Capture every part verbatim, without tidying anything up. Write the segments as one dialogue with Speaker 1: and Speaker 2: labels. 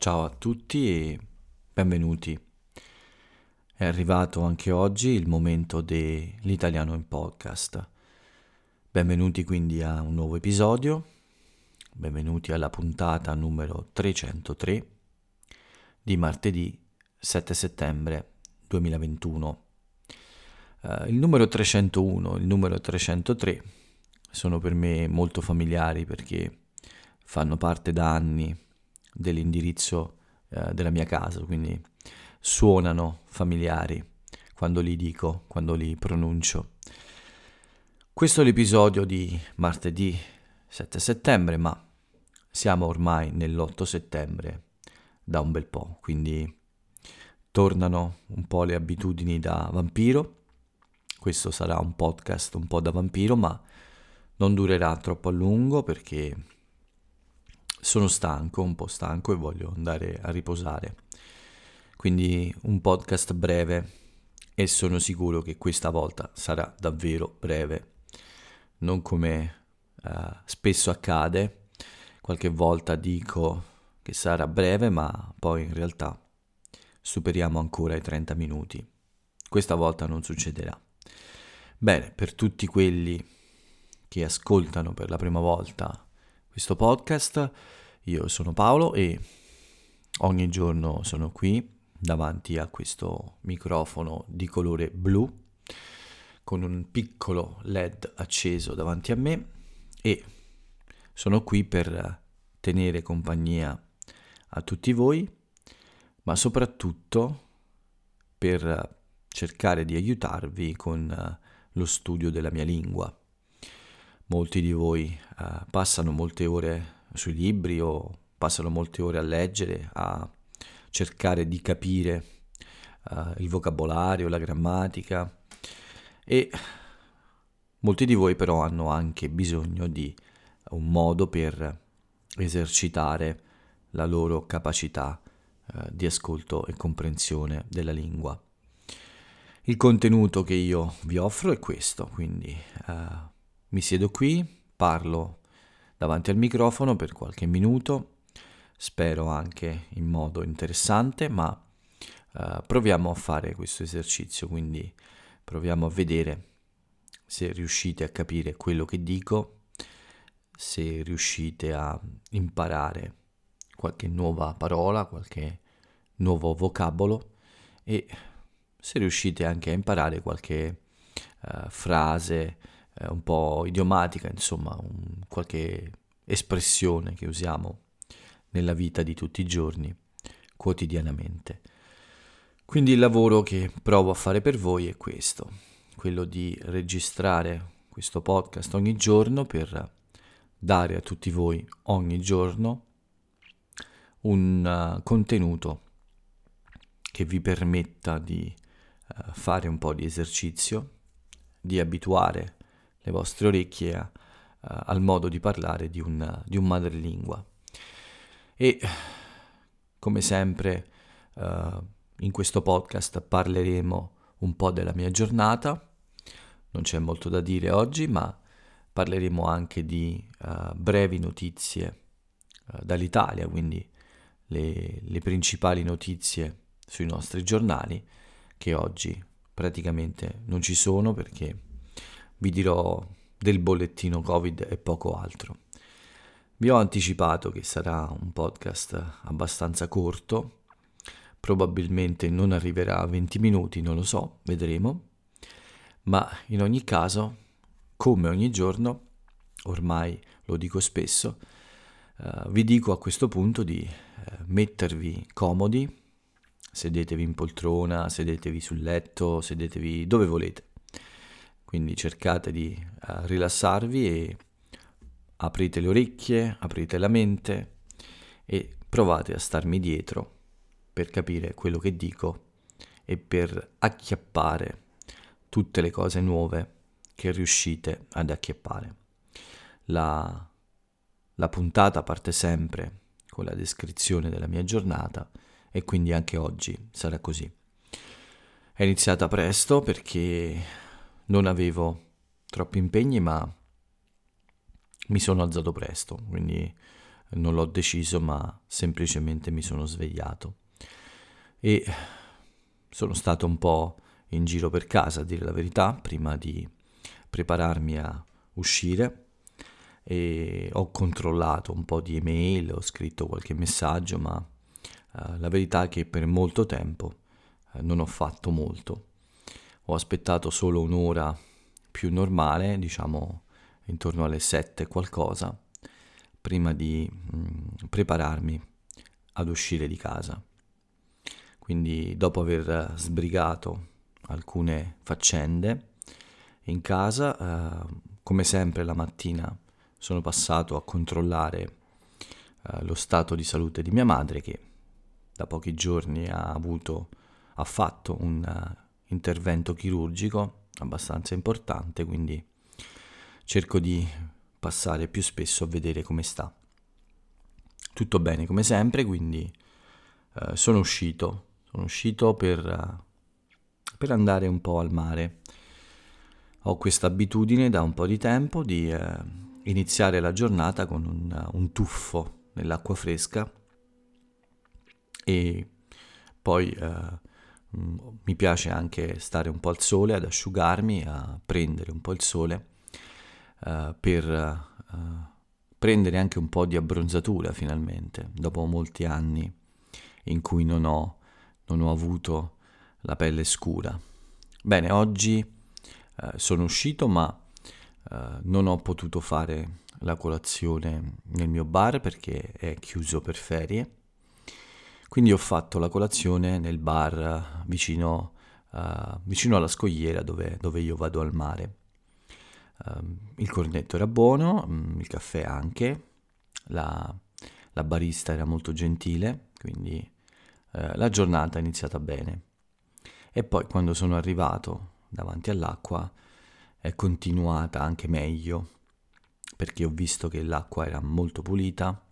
Speaker 1: Ciao a tutti e benvenuti. È arrivato anche oggi il momento dell'italiano in podcast. Benvenuti quindi a un nuovo episodio, benvenuti alla puntata numero trecentotré di martedì sette settembre duemilaventuno. Uh, il numero trecentouno e il numero trecentotré sono per me molto familiari perché fanno parte da anni dell'indirizzo uh, della mia casa, quindi suonano familiari quando li dico, quando li pronuncio. Questo è l'episodio di martedì sette settembre, ma siamo ormai nell'otto settembre da un bel po', quindi tornano un po' le abitudini da vampiro. Questo sarà un podcast un po' da vampiro, ma non durerà troppo a lungo perché sono stanco, un po' stanco e voglio andare a riposare. Quindi un podcast breve e sono sicuro che questa volta sarà davvero breve, non come uh, spesso accade. Qualche volta dico che sarà breve, ma poi in realtà superiamo ancora i trenta minuti. Questa volta non succederà. Bene, per tutti quelli che ascoltano per la prima volta questo podcast, io sono Paolo e ogni giorno sono qui davanti a questo microfono di colore blu con un piccolo L E D acceso davanti a me e sono qui per tenere compagnia a tutti voi, ma soprattutto per cercare di aiutarvi con lo studio della mia lingua. Molti di voi uh, passano molte ore sui libri o passano molte ore a leggere, a cercare di capire uh, il vocabolario, la grammatica, e molti di voi però hanno anche bisogno di un modo per esercitare la loro capacità uh, di ascolto e comprensione della lingua. Il contenuto che io vi offro è questo, quindi uh, mi siedo qui, parlo davanti al microfono per qualche minuto, spero anche in modo interessante, ma uh, proviamo a fare questo esercizio, quindi proviamo a vedere se riuscite a capire quello che dico, se riuscite a imparare qualche nuova parola, qualche nuovo vocabolo e se riuscite anche a imparare qualche uh, frase uh, un po' idiomatica, insomma, un, qualche espressione che usiamo nella vita di tutti i giorni, quotidianamente. Quindi il lavoro che provo a fare per voi è questo, quello di registrare questo podcast ogni giorno per dare a tutti voi ogni giorno un uh, contenuto che vi permetta di uh, fare un po' di esercizio, di abituare le vostre orecchie a, uh, al modo di parlare di un, di un madrelingua. E come sempre uh, in questo podcast parleremo un po' della mia giornata, non c'è molto da dire oggi, ma parleremo anche di uh, brevi notizie uh, dall'Italia, quindi le, le principali notizie sui nostri giornali, che oggi praticamente non ci sono perché vi dirò del bollettino Covid e poco altro. Vi ho anticipato che sarà un podcast abbastanza corto, probabilmente non arriverà a venti minuti, non lo so, vedremo, ma in ogni caso, come ogni giorno, ormai lo dico spesso, uh, vi dico a questo punto di uh, mettervi comodi, sedetevi in poltrona, sedetevi sul letto, sedetevi dove volete. Quindi cercate di uh, rilassarvi e aprite le orecchie, aprite la mente e provate a starmi dietro per capire quello che dico e per acchiappare tutte le cose nuove che riuscite ad acchiappare. La, la puntata parte sempre con la descrizione della mia giornata e quindi anche oggi sarà così. È iniziata presto perché non avevo troppi impegni, ma mi sono alzato presto, quindi non l'ho deciso, ma semplicemente mi sono svegliato e sono stato un po' in giro per casa, a dire la verità, prima di prepararmi a uscire, e ho controllato un po' di email, ho scritto qualche messaggio, ma eh, la verità è che per molto tempo eh, non ho fatto molto. Ho aspettato solo un'ora più normale, diciamo intorno alle sette qualcosa, prima di mh, prepararmi ad uscire di casa. Quindi dopo aver sbrigato alcune faccende in casa, eh, come sempre la mattina sono passato a controllare eh, lo stato di salute di mia madre, che da pochi giorni ha avuto, ha fatto un uh, intervento chirurgico abbastanza importante, quindi cerco di passare più spesso a vedere come sta. Tutto bene come sempre, quindi uh, sono uscito, sono uscito per, uh, per andare un po' al mare. Ho questa abitudine da un po' di tempo di uh, iniziare la giornata con un, uh, un tuffo nell'acqua fresca e poi uh, mi piace anche stare un po' al sole, ad asciugarmi, a prendere un po' il sole uh, per uh, prendere anche un po' di abbronzatura finalmente, dopo molti anni in cui non ho, non ho avuto la pelle scura. Bene, oggi uh, sono uscito, ma uh, non ho potuto fare la colazione nel mio bar perché è chiuso per ferie. Quindi ho fatto la colazione nel bar vicino, uh, vicino alla scogliera dove, dove io vado al mare. Um, il cornetto era buono, um, il caffè anche, la, la barista era molto gentile, quindi uh, la giornata è iniziata bene. E poi quando sono arrivato davanti all'acqua è continuata anche meglio, perché ho visto che l'acqua era molto pulita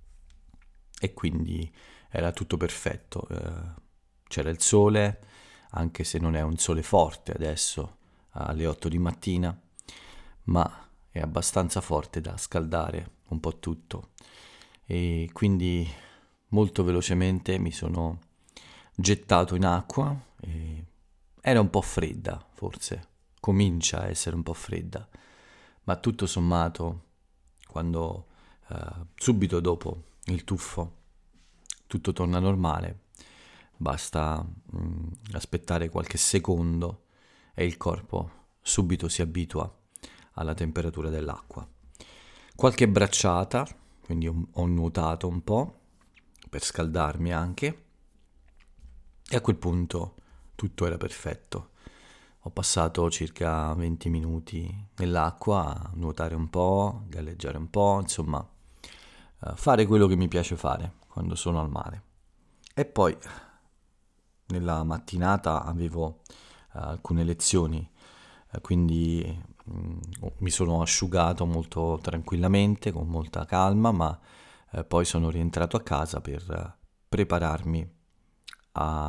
Speaker 1: e quindi era tutto perfetto, eh, c'era il sole, anche se non è un sole forte adesso alle otto di mattina, ma è abbastanza forte da scaldare un po' tutto. E quindi molto velocemente mi sono gettato in acqua, e era un po' fredda forse, comincia a essere un po' fredda, ma tutto sommato quando eh, subito dopo il tuffo tutto torna normale, basta mh, aspettare qualche secondo e il corpo subito si abitua alla temperatura dell'acqua. Qualche bracciata, quindi ho, ho nuotato un po' per scaldarmi anche, e a quel punto tutto era perfetto. Ho passato circa venti minuti nell'acqua a nuotare un po', galleggiare un po', insomma, fare quello che mi piace fare quando sono al mare. E poi nella mattinata avevo uh, alcune lezioni, uh, quindi mh, mi sono asciugato molto tranquillamente, con molta calma, ma uh, poi sono rientrato a casa per uh, prepararmi a,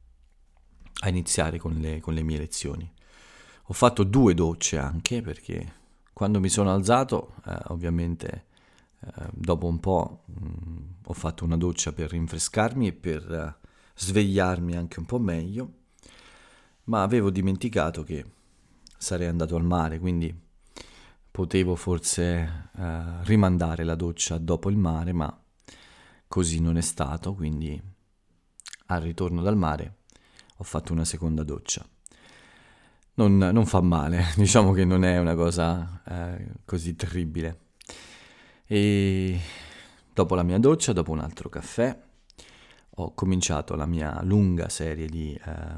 Speaker 1: a iniziare con le, con le mie lezioni. Ho fatto due docce anche, perché quando mi sono alzato, uh, ovviamente Uh, dopo un po' mh, ho fatto una doccia per rinfrescarmi e per uh, svegliarmi anche un po' meglio, ma avevo dimenticato che sarei andato al mare, quindi potevo forse uh, rimandare la doccia dopo il mare, ma così non è stato, quindi al ritorno dal mare ho fatto una seconda doccia. Non, non fa male, diciamo che non è una cosa uh, così terribile. E dopo la mia doccia, dopo un altro caffè, ho cominciato la mia lunga serie di, eh,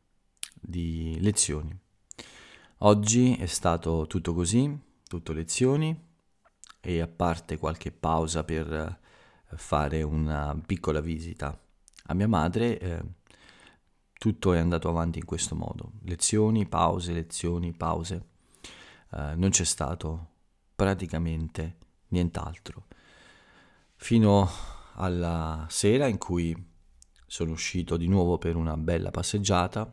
Speaker 1: di lezioni. Oggi è stato tutto così, tutto lezioni, e a parte qualche pausa per fare una piccola visita a mia madre, eh, tutto è andato avanti in questo modo. Lezioni, pause, lezioni, pause. Eh, non c'è stato praticamente nient'altro, fino alla sera in cui sono uscito di nuovo per una bella passeggiata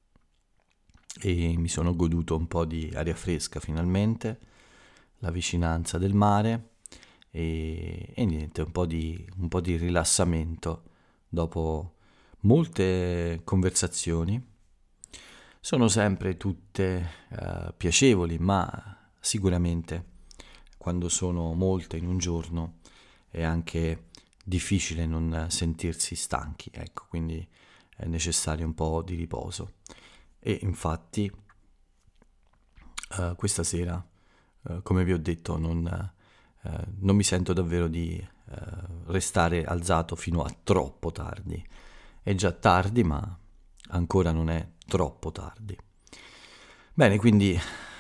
Speaker 1: e mi sono goduto un po' di aria fresca finalmente, la vicinanza del mare e, e niente, un po' di, un po' di rilassamento dopo molte conversazioni. Sono sempre tutte eh, piacevoli, ma sicuramente quando sono molte in un giorno è anche difficile non sentirsi stanchi, ecco, quindi è necessario un po' di riposo. E infatti eh, questa sera, eh, come vi ho detto, non, eh, non mi sento davvero di eh, restare alzato fino a troppo tardi. È già tardi, ma ancora non è troppo tardi. Bene, quindi,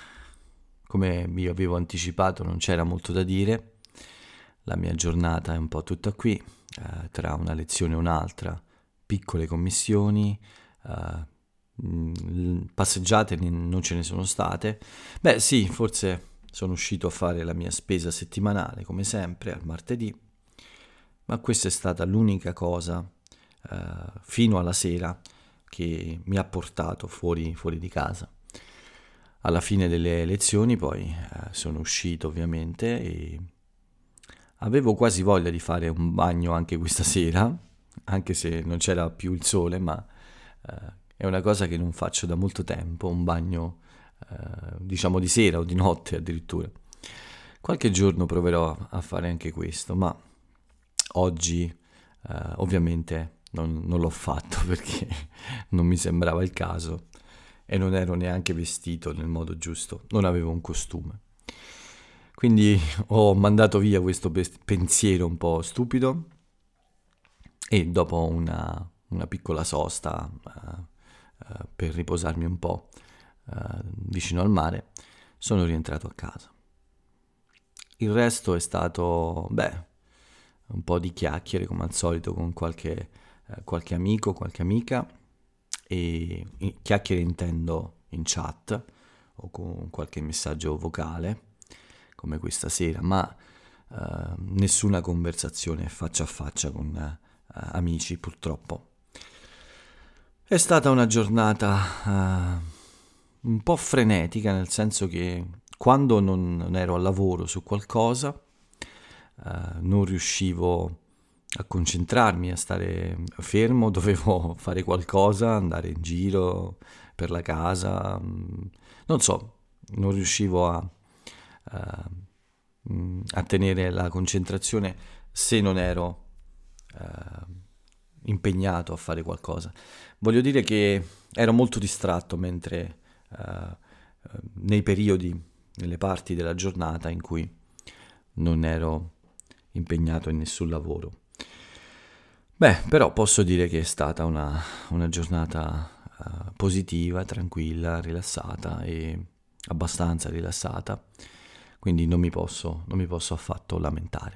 Speaker 1: come vi avevo anticipato, non c'era molto da dire. La mia giornata è un po' tutta qui, eh, tra una lezione e un'altra, piccole commissioni, eh, mh, passeggiate non ce ne sono state. Beh, sì, forse sono uscito a fare la mia spesa settimanale, come sempre, al martedì, ma questa è stata l'unica cosa eh, fino alla sera che mi ha portato fuori, fuori di casa. Alla fine delle lezioni poi eh, sono uscito ovviamente e avevo quasi voglia di fare un bagno anche questa sera, anche se non c'era più il sole, ma eh, è una cosa che non faccio da molto tempo, un bagno eh, diciamo di sera o di notte addirittura. Qualche giorno proverò a fare anche questo, ma oggi eh, ovviamente non, non l'ho fatto perché non mi sembrava il caso e non ero neanche vestito nel modo giusto, non avevo un costume. Quindi ho mandato via questo pe- pensiero un po' stupido e dopo una, una piccola sosta uh, uh, per riposarmi un po' uh, vicino al mare, sono rientrato a casa. Il resto è stato, beh, un po' di chiacchiere come al solito con qualche, uh, qualche amico, qualche amica, e chiacchiere intendo in chat o con qualche messaggio vocale come questa sera, ma uh, nessuna conversazione faccia a faccia con uh, amici purtroppo. È stata una giornata uh, un po' frenetica, nel senso che quando non, non ero al lavoro su qualcosa uh, non riuscivo a concentrarmi, a stare fermo, dovevo fare qualcosa, andare in giro per la casa, non so, non riuscivo a, a, a tenere la concentrazione se non ero uh, impegnato a fare qualcosa. Voglio dire che ero molto distratto mentre uh, nei periodi, nelle parti della giornata in cui non ero impegnato in nessun lavoro. Beh, però posso dire che è stata una, una giornata uh, positiva, tranquilla, rilassata e abbastanza rilassata, quindi non mi posso, non mi posso affatto lamentare.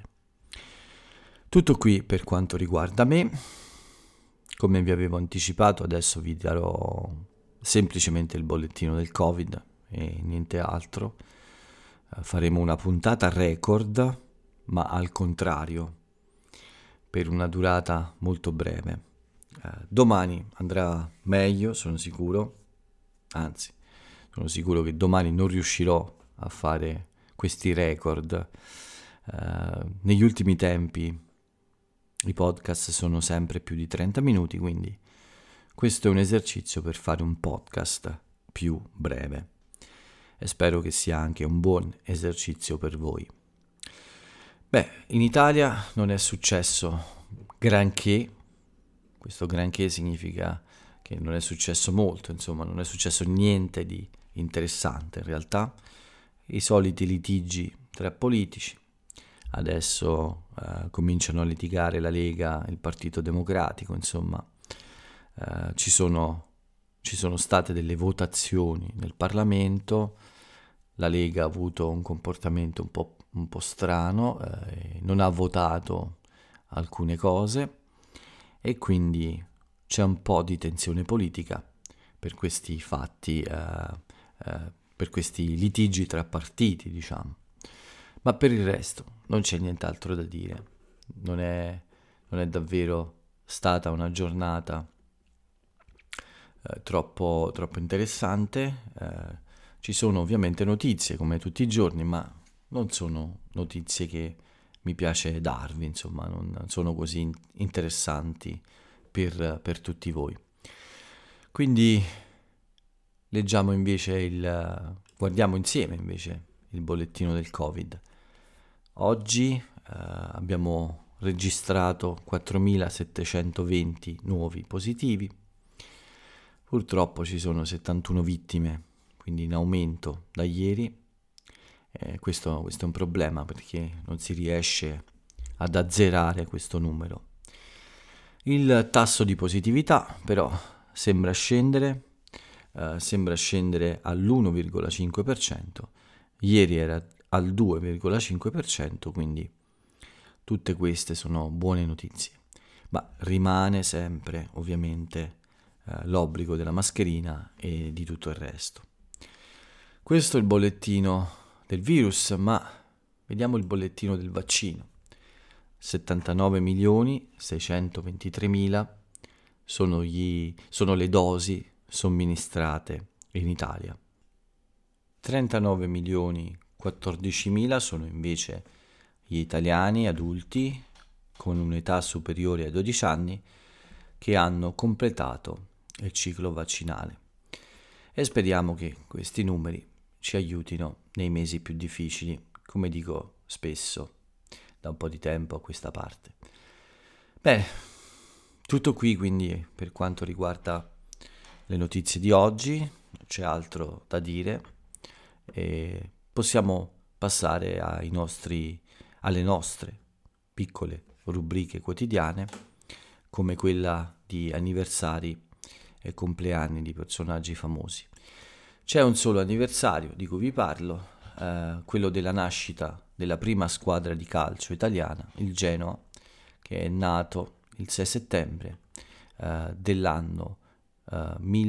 Speaker 1: Tutto qui per quanto riguarda me. Come vi avevo anticipato, adesso vi darò semplicemente il bollettino del Covid e niente altro. Uh, faremo una puntata record, ma al contrario, per una durata molto breve. Eh, domani andrà meglio, sono sicuro, anzi, sono sicuro che domani non riuscirò a fare questi record. Eh, negli ultimi tempi i podcast sono sempre più di trenta minuti, quindi questo è un esercizio per fare un podcast più breve e spero che sia anche un buon esercizio per voi. Beh, in Italia non è successo granché, questo granché significa che non è successo molto, insomma, non è successo niente di interessante in realtà, i soliti litigi tra politici, adesso eh, cominciano a litigare la Lega e il Partito Democratico, insomma, eh, ci sono, ci sono state delle votazioni nel Parlamento, la Lega ha avuto un comportamento un po' un po' strano, eh, non ha votato alcune cose e quindi c'è un po' di tensione politica per questi fatti, eh, eh, per questi litigi tra partiti, diciamo. Ma per il resto non c'è nient'altro da dire, non è, non è davvero stata una giornata eh, troppo, troppo interessante. Eh, ci sono ovviamente notizie come tutti i giorni, ma non sono notizie che mi piace darvi, insomma, non sono così interessanti per, per tutti voi. Quindi leggiamo invece il, guardiamo insieme invece il bollettino del Covid. Oggi eh, abbiamo registrato quattromilasettecentoventi nuovi positivi. Purtroppo ci sono settantuno vittime, quindi in aumento da ieri. Eh, questo, questo è un problema perché non si riesce ad azzerare questo numero. Il tasso di positività però sembra scendere, eh, sembra scendere all'uno virgola cinque per cento, ieri era al due virgola cinque per cento, quindi tutte queste sono buone notizie, ma rimane sempre ovviamente eh, l'obbligo della mascherina e di tutto il resto. Questo è il bollettino del virus, ma vediamo il bollettino del vaccino. settantanove milioni seicentoventitremila sono, gli, sono le dosi somministrate in Italia. trentanove milioni quattordicimila sono invece gli italiani adulti con un'età superiore ai dodici anni che hanno completato il ciclo vaccinale. E speriamo che questi numeri ci aiutino nei mesi più difficili, come dico spesso da un po' di tempo a questa parte. Bene, tutto qui quindi per quanto riguarda le notizie di oggi, non c'è altro da dire e possiamo passare ai nostri, alle nostre piccole rubriche quotidiane, come quella di anniversari e compleanni di personaggi famosi. C'è un solo anniversario di cui vi parlo, eh, quello della nascita della prima squadra di calcio italiana, il Genoa, che è nato il sei settembre eh, dell'anno eh,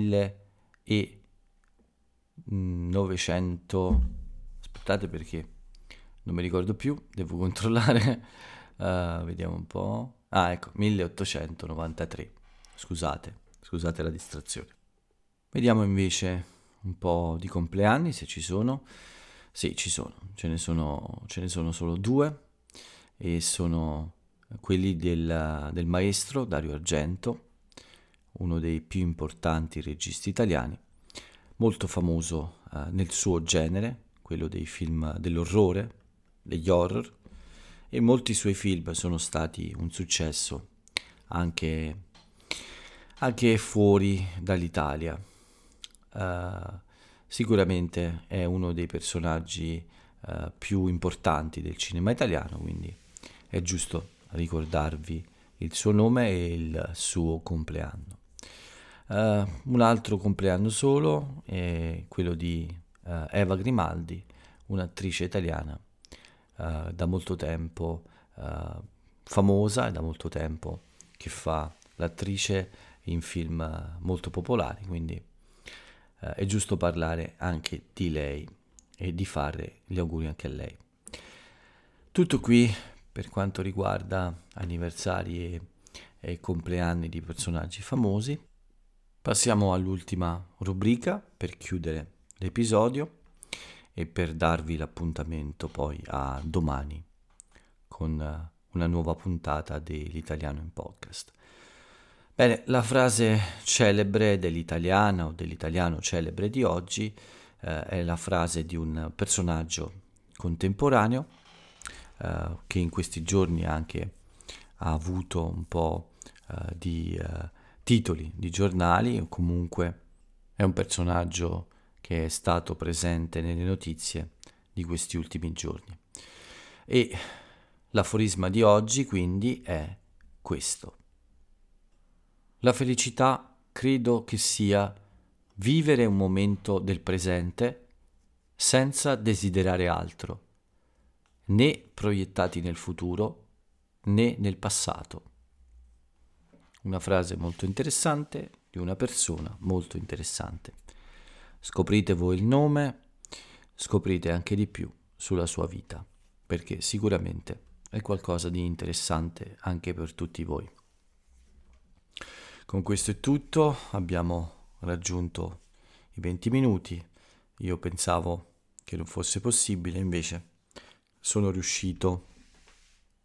Speaker 1: millenovecento. Aspettate perché non mi ricordo più, devo controllare. uh, vediamo un po'. Ah, ecco, milleottocentonovantatré. Scusate, scusate la distrazione. Vediamo invece un po' di compleanni, se ci sono. Sì, ci sono, ce ne sono, ce ne sono solo due, e sono quelli del, del maestro Dario Argento, uno dei più importanti registi italiani, molto famoso eh, nel suo genere, quello dei film dell'orrore, degli horror, e molti suoi film sono stati un successo anche, anche fuori dall'Italia. Uh, sicuramente è uno dei personaggi uh, più importanti del cinema italiano, quindi è giusto ricordarvi il suo nome e il suo compleanno. Uh, un altro compleanno solo è quello di uh, Eva Grimaldi, un'attrice italiana uh, da molto tempo uh, famosa e da molto tempo che fa l'attrice in film molto popolari, quindi Uh, è giusto parlare anche di lei e di fare gli auguri anche a lei. Tutto qui per quanto riguarda anniversari e, e compleanni di personaggi famosi. Passiamo all'ultima rubrica per chiudere l'episodio e per darvi l'appuntamento poi a domani con uh, una nuova puntata dell'Italiano in Podcast. Bene, la frase celebre dell'italiana o dell'italiano celebre di oggi eh, è la frase di un personaggio contemporaneo eh, che in questi giorni anche ha avuto un po' eh, di eh, titoli di giornali, o comunque è un personaggio che è stato presente nelle notizie di questi ultimi giorni. E l'aforisma di oggi quindi è questo. La felicità credo che sia vivere un momento del presente senza desiderare altro, né proiettati nel futuro né nel passato. Una frase molto interessante di una persona molto interessante. Scoprite voi il nome, scoprite anche di più sulla sua vita, perché sicuramente è qualcosa di interessante anche per tutti voi. Con questo è tutto, abbiamo raggiunto i venti minuti, io pensavo che non fosse possibile, invece sono riuscito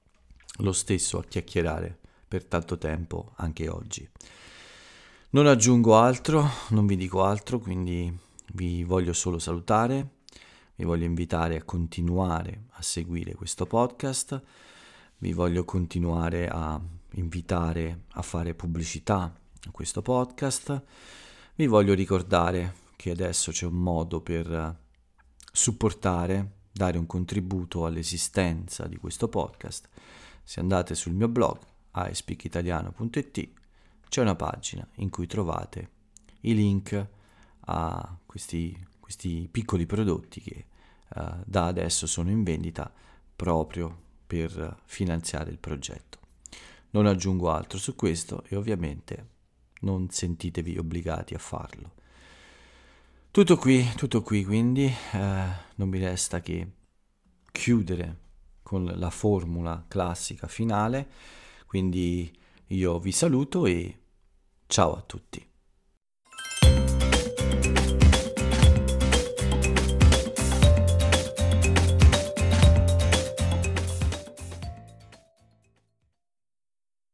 Speaker 1: lo stesso a chiacchierare per tanto tempo anche oggi. Non aggiungo altro, non vi dico altro, quindi vi voglio solo salutare, vi voglio invitare a continuare a seguire questo podcast, vi voglio continuare a invitare a fare pubblicità a questo podcast, vi voglio ricordare che adesso c'è un modo per supportare, dare un contributo all'esistenza di questo podcast. Se andate sul mio blog i speak italiano punto it c'è una pagina in cui trovate i link a questi, questi piccoli prodotti che uh, da adesso sono in vendita proprio per finanziare il progetto. Non aggiungo altro su questo e ovviamente non sentitevi obbligati a farlo. Tutto qui, tutto qui, quindi eh, non mi resta che chiudere con la formula classica finale, quindi io vi saluto e ciao a tutti.